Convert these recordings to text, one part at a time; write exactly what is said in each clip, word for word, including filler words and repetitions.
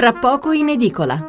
tra poco in edicola.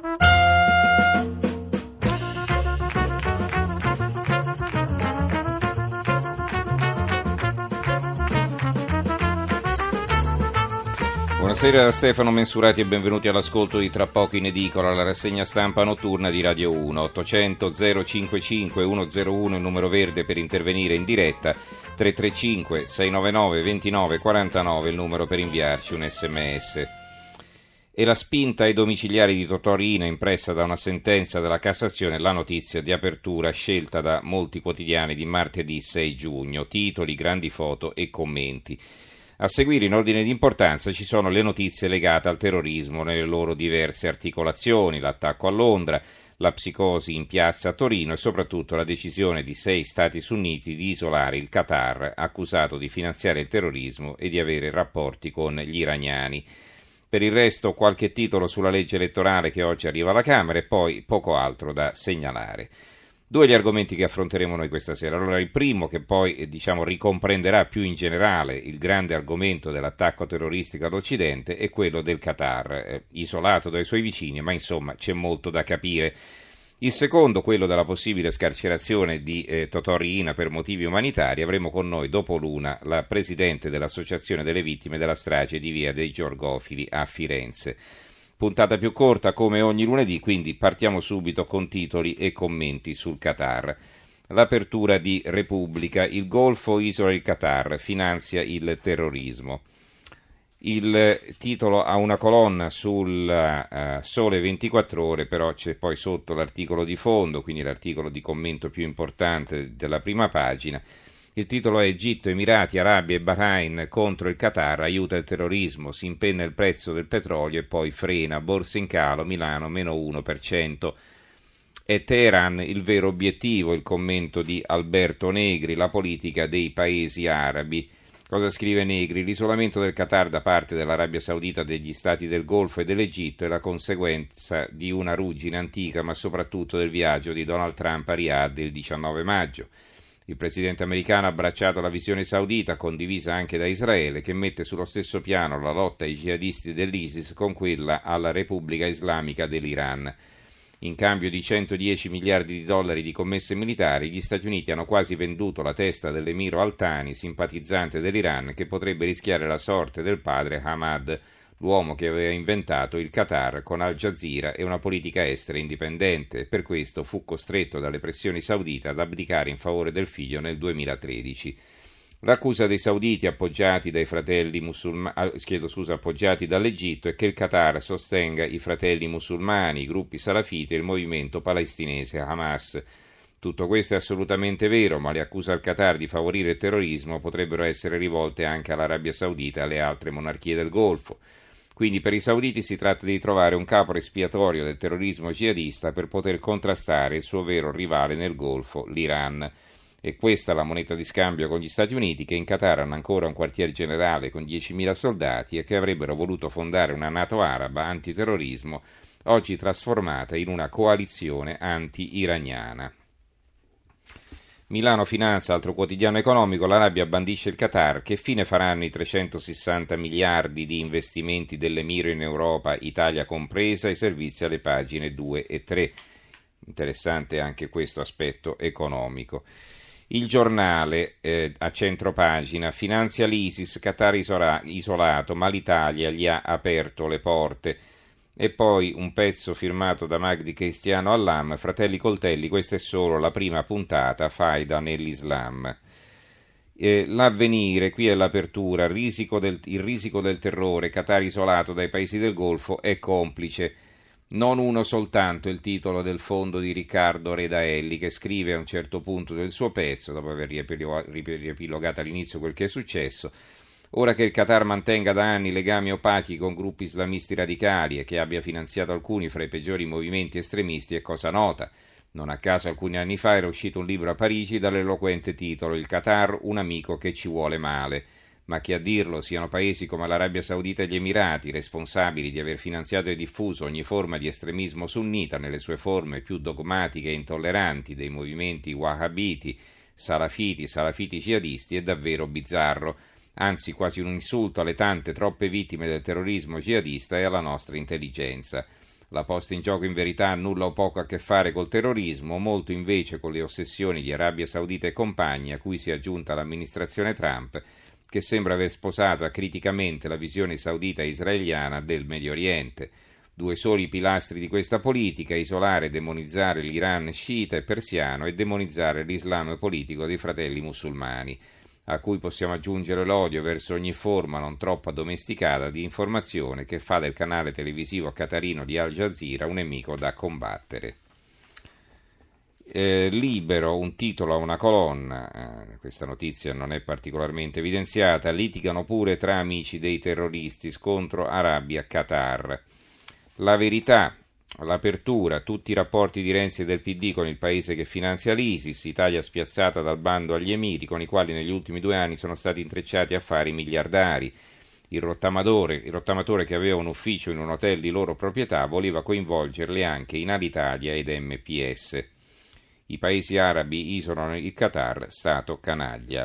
Buonasera da Stefano Mensurati e benvenuti all'ascolto di Tra poco in edicola, la rassegna stampa notturna di Radio uno. ottocento zero cinquantacinque centouno il numero verde per intervenire in diretta, tre tre cinque sei nove nove due nove quattro nove il numero per inviarci un sms. E la spinta ai domiciliari di Totò Riina impressa da una sentenza della Cassazione, la notizia di apertura scelta da molti quotidiani di martedì sei giugno, titoli, grandi foto e commenti. A seguire, in ordine di importanza, ci sono le notizie legate al terrorismo nelle loro diverse articolazioni, l'attacco a Londra, la psicosi in piazza a Torino e soprattutto la decisione di sei stati sunniti di isolare il Qatar, accusato di finanziare il terrorismo e di avere rapporti con gli iraniani. Per il resto qualche titolo sulla legge elettorale che oggi arriva alla Camera e poi poco altro da segnalare. Due gli argomenti che affronteremo noi questa sera. Allora, il primo, che poi eh, diciamo ricomprenderà più in generale il grande argomento dell'attacco terroristico all'Occidente, è quello del Qatar, eh, isolato dai suoi vicini, ma insomma c'è molto da capire. Il secondo, quello della possibile scarcerazione di eh, Totò Riina per motivi umanitari. Avremo con noi dopo l'una la presidente dell'Associazione delle Vittime della Strage di Via dei Georgofili a Firenze. Puntata più corta come ogni lunedì, quindi partiamo subito con titoli e commenti sul Qatar. L'apertura di Repubblica, il Golfo isola il Qatar, finanzia il terrorismo. Il titolo ha una colonna sul uh, Sole ventiquattro Ore, però c'è poi sotto l'articolo di fondo, quindi l'articolo di commento più importante della prima pagina. Il titolo è Egitto, Emirati, Arabia e Bahrain contro il Qatar, aiuta il terrorismo, si impenna il prezzo del petrolio e poi frena, borse in calo, Milano meno uno per cento. È Teheran il vero obiettivo, il commento di Alberto Negri, la politica dei paesi arabi. Cosa scrive Negri? L'isolamento del Qatar da parte dell'Arabia Saudita, degli stati del Golfo e dell'Egitto è la conseguenza di una ruggine antica, ma soprattutto del viaggio di Donald Trump a Riyadh il diciannove maggio. Il presidente americano ha abbracciato la visione saudita, condivisa anche da Israele, che mette sullo stesso piano la lotta ai jihadisti dell'ISIS con quella alla Repubblica Islamica dell'Iran. In cambio di centodieci miliardi di dollari di commesse militari, gli Stati Uniti hanno quasi venduto la testa dell'emiro Al-Thani, simpatizzante dell'Iran, che potrebbe rischiare la sorte del padre Hamad, l'uomo che aveva inventato il Qatar con Al Jazeera e una politica estera indipendente. Per questo fu costretto dalle pressioni saudite ad abdicare in favore del figlio nel duemilatredici. L'accusa dei sauditi appoggiati dai fratelli musulmani, chiedo scusa, appoggiati dall'Egitto è che il Qatar sostenga i fratelli musulmani, i gruppi salafiti e il movimento palestinese Hamas. Tutto questo è assolutamente vero, ma le accuse al Qatar di favorire il terrorismo potrebbero essere rivolte anche all'Arabia Saudita e alle altre monarchie del Golfo. Quindi per i sauditi si tratta di trovare un capro espiatorio del terrorismo jihadista per poter contrastare il suo vero rivale nel Golfo, l'Iran. E questa è la moneta di scambio con gli Stati Uniti, che in Qatar hanno ancora un quartier generale con diecimila soldati e che avrebbero voluto fondare una NATO araba antiterrorismo, oggi trasformata in una coalizione anti-iraniana. Milano Finanza, altro quotidiano economico, l'Arabia bandisce il Qatar, che fine faranno i trecentosessanta miliardi di investimenti dell'Emiro in Europa, Italia compresa, i servizi alle pagine due e tre. Interessante anche questo aspetto economico. Il Giornale, eh, a centropagina, finanzia l'ISIS, Qatar isola- isolato, ma l'Italia gli ha aperto le porte. E poi un pezzo firmato da Magdi Cristiano Allam, Fratelli Coltelli, questa è solo la prima puntata, faida nell'Islam. Eh, l'avvenire, qui è l'apertura, risico del, il risico del terrore, Qatar isolato dai paesi del Golfo è complice. Non uno soltanto, il titolo del fondo di Riccardo Redaelli, che scrive a un certo punto del suo pezzo, dopo aver riepilogato all'inizio quel che è successo. Ora che il Qatar mantenga da anni legami opachi con gruppi islamisti radicali e che abbia finanziato alcuni fra i peggiori movimenti estremisti è cosa nota. Non a caso alcuni anni fa era uscito un libro a Parigi dall'eloquente titolo Il Qatar, un amico che ci vuole male. Ma che a dirlo siano paesi come l'Arabia Saudita e gli Emirati responsabili di aver finanziato e diffuso ogni forma di estremismo sunnita nelle sue forme più dogmatiche e intolleranti dei movimenti wahhabiti, salafiti, salafiti jihadisti è davvero bizzarro. anzi quasi un insulto alle tante troppe vittime del terrorismo jihadista e alla nostra intelligenza. La posta in gioco in verità ha nulla o poco a che fare col terrorismo, molto invece con le ossessioni di Arabia Saudita e compagni, a cui si è aggiunta l'amministrazione Trump, che sembra aver sposato acriticamente la visione saudita e israeliana del Medio Oriente. Due soli pilastri di questa politica: isolare e demonizzare l'Iran sciita e persiano e demonizzare l'Islam politico dei fratelli musulmani, a cui possiamo aggiungere l'odio verso ogni forma non troppo addomesticata di informazione che fa del canale televisivo qatarino di Al Jazeera un nemico da combattere. Eh, Libero, un titolo a una colonna, eh, questa notizia non è particolarmente evidenziata: litigano pure tra amici dei terroristi, scontro Arabia-Qatar. La Verità, l'apertura, tutti i rapporti di Renzi e del P D con il paese che finanzia l'ISIS, Italia spiazzata dal bando agli Emiri, con i quali negli ultimi due anni sono stati intrecciati affari miliardari. Il rottamatore, il rottamatore che aveva un ufficio in un hotel di loro proprietà voleva coinvolgerli anche in Alitalia ed M P S. I paesi arabi isolano il Qatar, stato canaglia.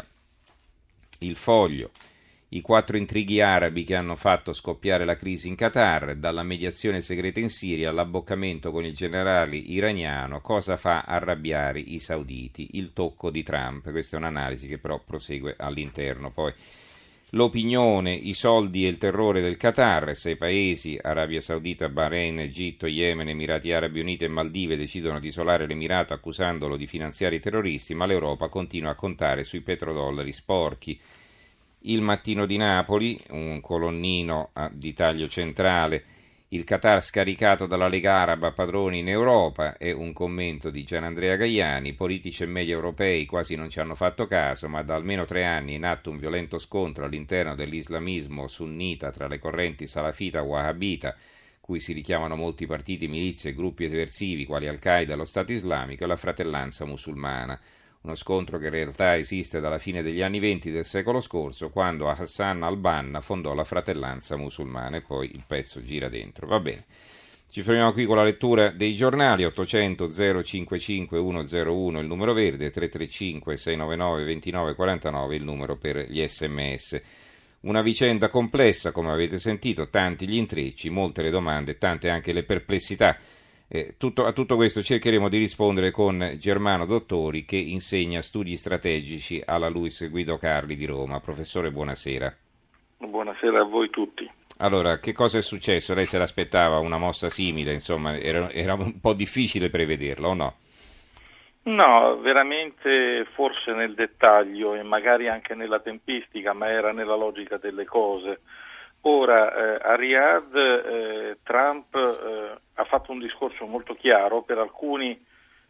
Il Foglio. I quattro intrighi arabi che hanno fatto scoppiare la crisi in Qatar, dalla mediazione segreta in Siria all'abboccamento con il generale iraniano, cosa fa arrabbiare i sauditi? Il tocco di Trump. Questa è un'analisi che però prosegue all'interno. Poi l'Opinione, i soldi e il terrore del Qatar. Sei paesi, Arabia Saudita, Bahrain, Egitto, Yemen, Emirati Arabi Uniti e Maldive, decidono di isolare l'Emirato accusandolo di finanziare i terroristi, ma l'Europa continua a contare sui petrodollari sporchi. Il Mattino di Napoli, un colonnino di taglio centrale: il Qatar scaricato dalla Lega Araba, padroni in Europa, è un commento di Gianandrea Gaiani. Politici e media europei quasi non ci hanno fatto caso, ma da almeno tre anni è in atto un violento scontro all'interno dell'islamismo sunnita tra le correnti salafita e wahhabita, cui si richiamano molti partiti, milizie e gruppi eversivi quali Al-Qaeda, lo Stato Islamico e la Fratellanza Musulmana. Uno scontro che in realtà esiste dalla fine degli anni venti del secolo scorso, quando Hassan al-Banna fondò la Fratellanza Musulmana, e poi il pezzo gira dentro. Va bene, ci fermiamo qui con la lettura dei giornali. Ottocento zero cinquantacinque centouno il numero verde, tre tre cinque sei nove nove due nove quattro nove il numero per gli sms. Una vicenda complessa, come avete sentito, tanti gli intrecci, molte le domande, tante anche le perplessità. Eh, tutto, a tutto questo cercheremo di rispondere con Germano Dottori, che insegna studi strategici alla Luis Guido Carli di Roma. Professore, buonasera. Buonasera a voi tutti. Allora, che cosa è successo? Lei se l'aspettava una mossa simile? Insomma, era, era un po' difficile prevederla, o no? No, veramente forse nel dettaglio e magari anche nella tempistica, ma era nella logica delle cose. Ora, eh, a Riyadh eh, Trump eh, ha fatto un discorso molto chiaro. Per alcuni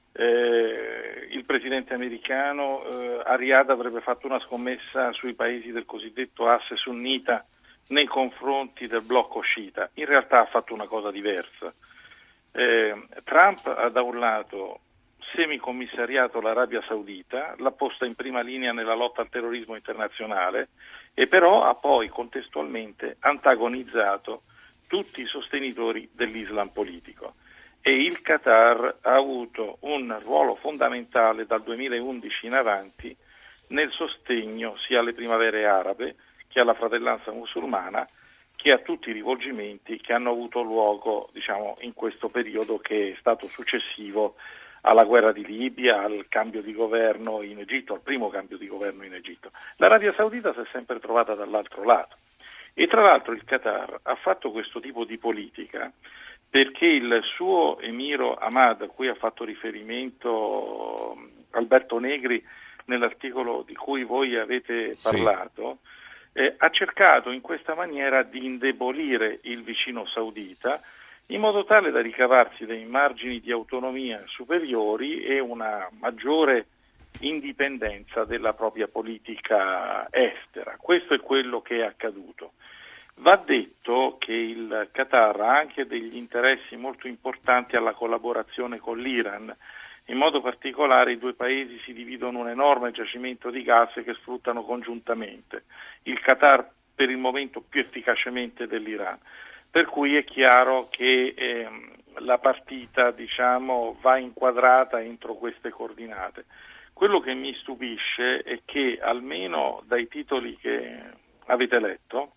eh, il presidente americano eh, a Riyadh avrebbe fatto una scommessa sui paesi del cosiddetto asse sunnita nei confronti del blocco sciita. In realtà ha fatto una cosa diversa. Eh, Trump ha da un lato semicommissariato l'Arabia Saudita, l'ha posta in prima linea nella lotta al terrorismo internazionale, e però ha poi contestualmente antagonizzato tutti i sostenitori dell'Islam politico. E il Qatar ha avuto un ruolo fondamentale dal duemilaundici in avanti nel sostegno sia alle primavere arabe che alla fratellanza musulmana, che a tutti i rivolgimenti che hanno avuto luogo, diciamo, in questo periodo che è stato successivo alla guerra di Libia, al cambio di governo in Egitto, al primo cambio di governo in Egitto. L'Arabia Saudita si è sempre trovata dall'altro lato, e tra l'altro il Qatar ha fatto questo tipo di politica perché il suo emiro Hamad, a cui ha fatto riferimento Alberto Negri nell'articolo di cui voi avete parlato, sì, eh, ha cercato in questa maniera di indebolire il vicino saudita, in modo tale da ricavarsi dei margini di autonomia superiori e una maggiore indipendenza della propria politica estera. Questo è quello che è accaduto. Va detto che il Qatar ha anche degli interessi molto importanti alla collaborazione con l'Iran. In modo particolare i due paesi si dividono un enorme giacimento di gas che sfruttano congiuntamente. Il Qatar per il momento più efficacemente dell'Iran. Per cui è chiaro che eh, la partita, diciamo, va inquadrata entro queste coordinate. Quello che mi stupisce è che almeno dai titoli che avete letto,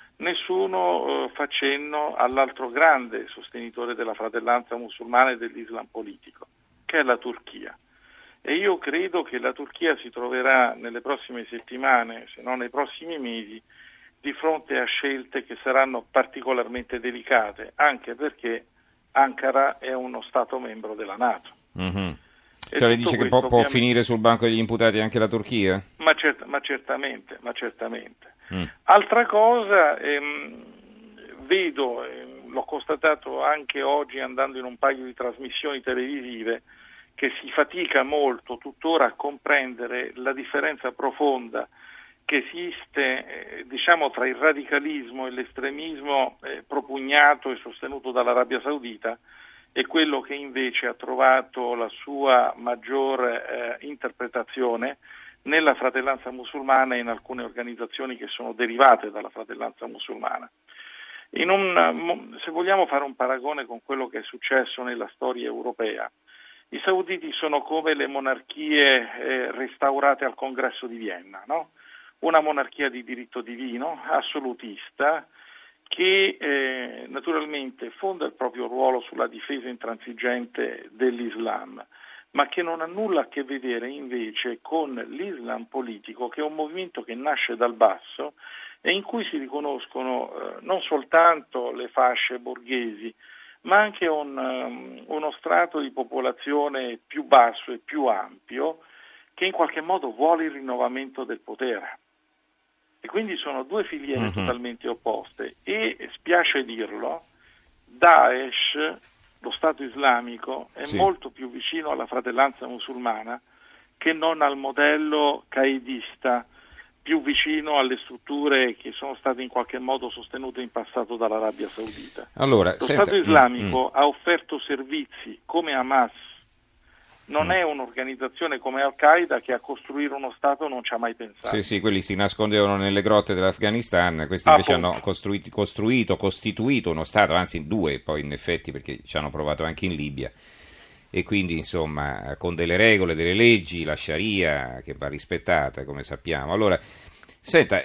nessuno eh, fa cenno all'altro grande sostenitore della fratellanza musulmana e dell'Islam politico, che è la Turchia. E io credo che la Turchia si troverà nelle prossime settimane, se non nei prossimi mesi, di fronte a scelte che saranno particolarmente delicate, anche perché Ankara è uno Stato membro della NATO. Mm-hmm. Cioè lei dice che può, può finire sul banco degli imputati anche la Turchia? Ma, cert- ma certamente, ma certamente. Mm. Altra cosa, ehm, vedo, ehm, l'ho constatato anche oggi andando in un paio di trasmissioni televisive, che si fatica molto tuttora a comprendere la differenza profonda che esiste eh, diciamo tra il radicalismo e l'estremismo eh, propugnato e sostenuto dall'Arabia Saudita e quello che invece ha trovato la sua maggior eh, interpretazione nella fratellanza musulmana e in alcune organizzazioni che sono derivate dalla fratellanza musulmana. In un, se vogliamo fare un paragone con quello che è successo nella storia europea, i sauditi sono come le monarchie eh, restaurate al Congresso di Vienna, no? Una monarchia di diritto divino, assolutista, che eh, naturalmente fonda il proprio ruolo sulla difesa intransigente dell'Islam, ma che non ha nulla a che vedere invece con l'Islam politico, che è un movimento che nasce dal basso e in cui si riconoscono eh, non soltanto le fasce borghesi, ma anche un, um, uno strato di popolazione più basso e più ampio che in qualche modo vuole il rinnovamento del potere. E quindi sono due filiere uh-huh. totalmente opposte e, spiace dirlo, Daesh, lo Stato islamico, è sì. molto più vicino alla fratellanza musulmana che non al modello qaedista, più vicino alle strutture che sono state in qualche modo sostenute in passato dall'Arabia Saudita. Allora, lo senta, Stato islamico mm, mm. ha offerto servizi come Hamas, non mm. è un'organizzazione come Al-Qaeda che a costruire uno Stato non ci ha mai pensato. Sì, sì, quelli si nascondevano nelle grotte dell'Afghanistan, questi invece Appunto. hanno costruito, costruito, costituito uno Stato, anzi due poi in effetti, perché ci hanno provato anche in Libia. E quindi insomma con delle regole, delle leggi, la Sharia che va rispettata come sappiamo. Allora, senta,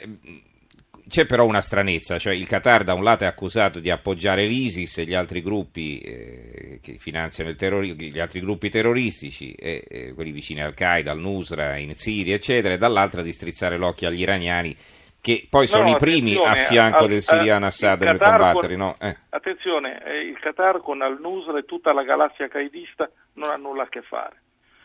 c'è però una stranezza, cioè il Qatar da un lato è accusato di appoggiare l'ISIS e gli altri gruppi eh, che finanziano il terrorismo, gli altri gruppi terroristici, e, eh, quelli vicini al Qaeda, al Nusra in Siria eccetera, e dall'altra di strizzare l'occhio agli iraniani che poi sono no, i primi a fianco a, del siriano Assad nel combattere. Con, no? eh. Attenzione, eh, il Qatar con al-Nusra e tutta la galassia qaedista non ha nulla a che fare.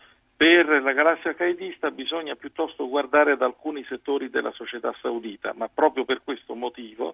Per la galassia qaedista bisogna piuttosto guardare ad alcuni settori della società saudita, ma proprio per questo motivo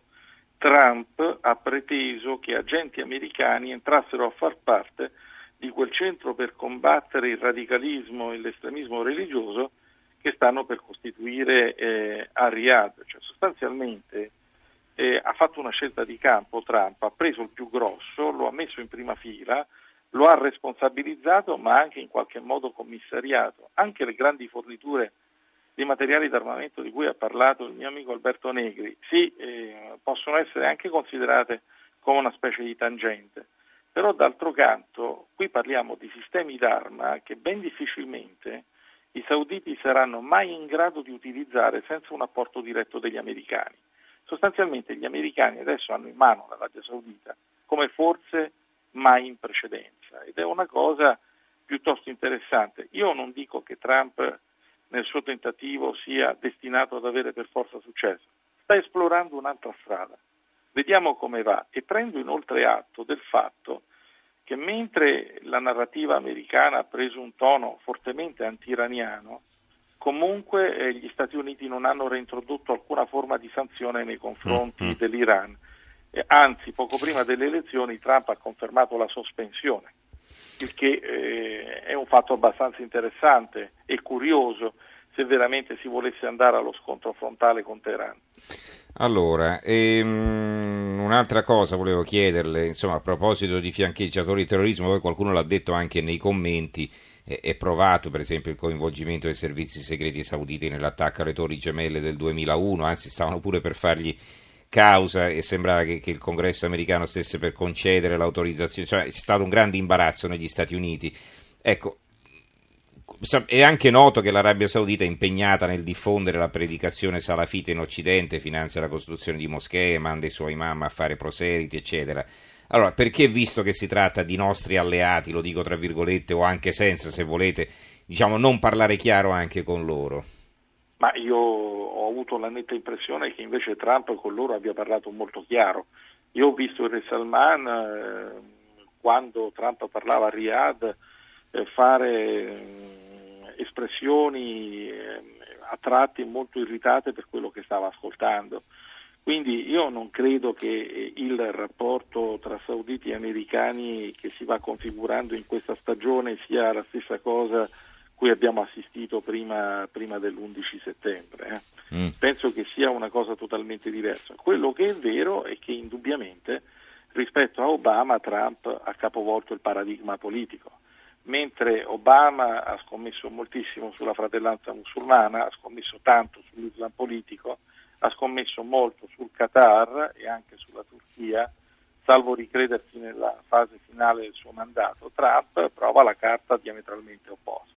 Trump ha preteso che agenti americani entrassero a far parte di quel centro per combattere il radicalismo e l'estremismo religioso che stanno per costituire eh, a Riyadh. Cioè, sostanzialmente eh, ha fatto una scelta di campo Trump, ha preso il più grosso, lo ha messo in prima fila, lo ha responsabilizzato ma anche in qualche modo commissariato. Anche le grandi forniture di materiali d'armamento di cui ha parlato il mio amico Alberto Negri, sì, eh, possono essere anche considerate come una specie di tangente, però d'altro canto qui parliamo di sistemi d'arma che ben difficilmente i sauditi saranno mai in grado di utilizzare senza un apporto diretto degli americani. Sostanzialmente gli americani adesso hanno in mano l'Arabia Saudita come forse mai in precedenza ed è una cosa piuttosto interessante. Io non dico che Trump nel suo tentativo sia destinato ad avere per forza successo, sta esplorando un'altra strada, vediamo come va e prendo inoltre atto del fatto che mentre la narrativa americana ha preso un tono fortemente anti-iraniano, comunque eh, gli Stati Uniti non hanno reintrodotto alcuna forma di sanzione nei confronti mm-hmm. dell'Iran. Eh, anzi, poco prima delle elezioni Trump ha confermato la sospensione, il che eh, è un fatto abbastanza interessante e curioso se veramente si volesse andare allo scontro frontale con Teheran. Allora, ehm, un'altra cosa volevo chiederle, insomma, a proposito di fiancheggiatori di terrorismo, poi qualcuno l'ha detto anche nei commenti, eh, è provato per esempio il coinvolgimento dei servizi segreti sauditi nell'attacco alle Torri Gemelle del duemilauno, anzi stavano pure per fargli causa e sembrava che, che il Congresso americano stesse per concedere l'autorizzazione, cioè è stato un grande imbarazzo negli Stati Uniti. Ecco, è anche noto che l'Arabia Saudita è impegnata nel diffondere la predicazione salafita in Occidente, finanzia la costruzione di moschee, manda i suoi imam a fare proseliti, eccetera. Allora, perché, visto che si tratta di nostri alleati, lo dico tra virgolette, o anche senza, se volete, diciamo, non parlare chiaro anche con loro? Ma io ho avuto la netta impressione che invece Trump con loro abbia parlato molto chiaro. Io ho visto il re Salman, eh, quando Trump parlava a Riyadh, eh, fare eh, espressioni eh, a tratti molto irritate per quello che stava ascoltando. Quindi io non credo che il rapporto tra sauditi e americani che si va configurando in questa stagione sia la stessa cosa cui abbiamo assistito prima, prima dell'undici settembre. Eh. Mm. Penso che sia una cosa totalmente diversa. Quello che è vero è che indubbiamente rispetto a Obama Trump ha capovolto il paradigma politico. Mentre Obama ha scommesso moltissimo sulla fratellanza musulmana, ha scommesso tanto sull'Islam politico, ha scommesso molto sul Qatar e anche sulla Turchia, salvo ricredersi nella fase finale del suo mandato, Trump prova la carta diametralmente opposta.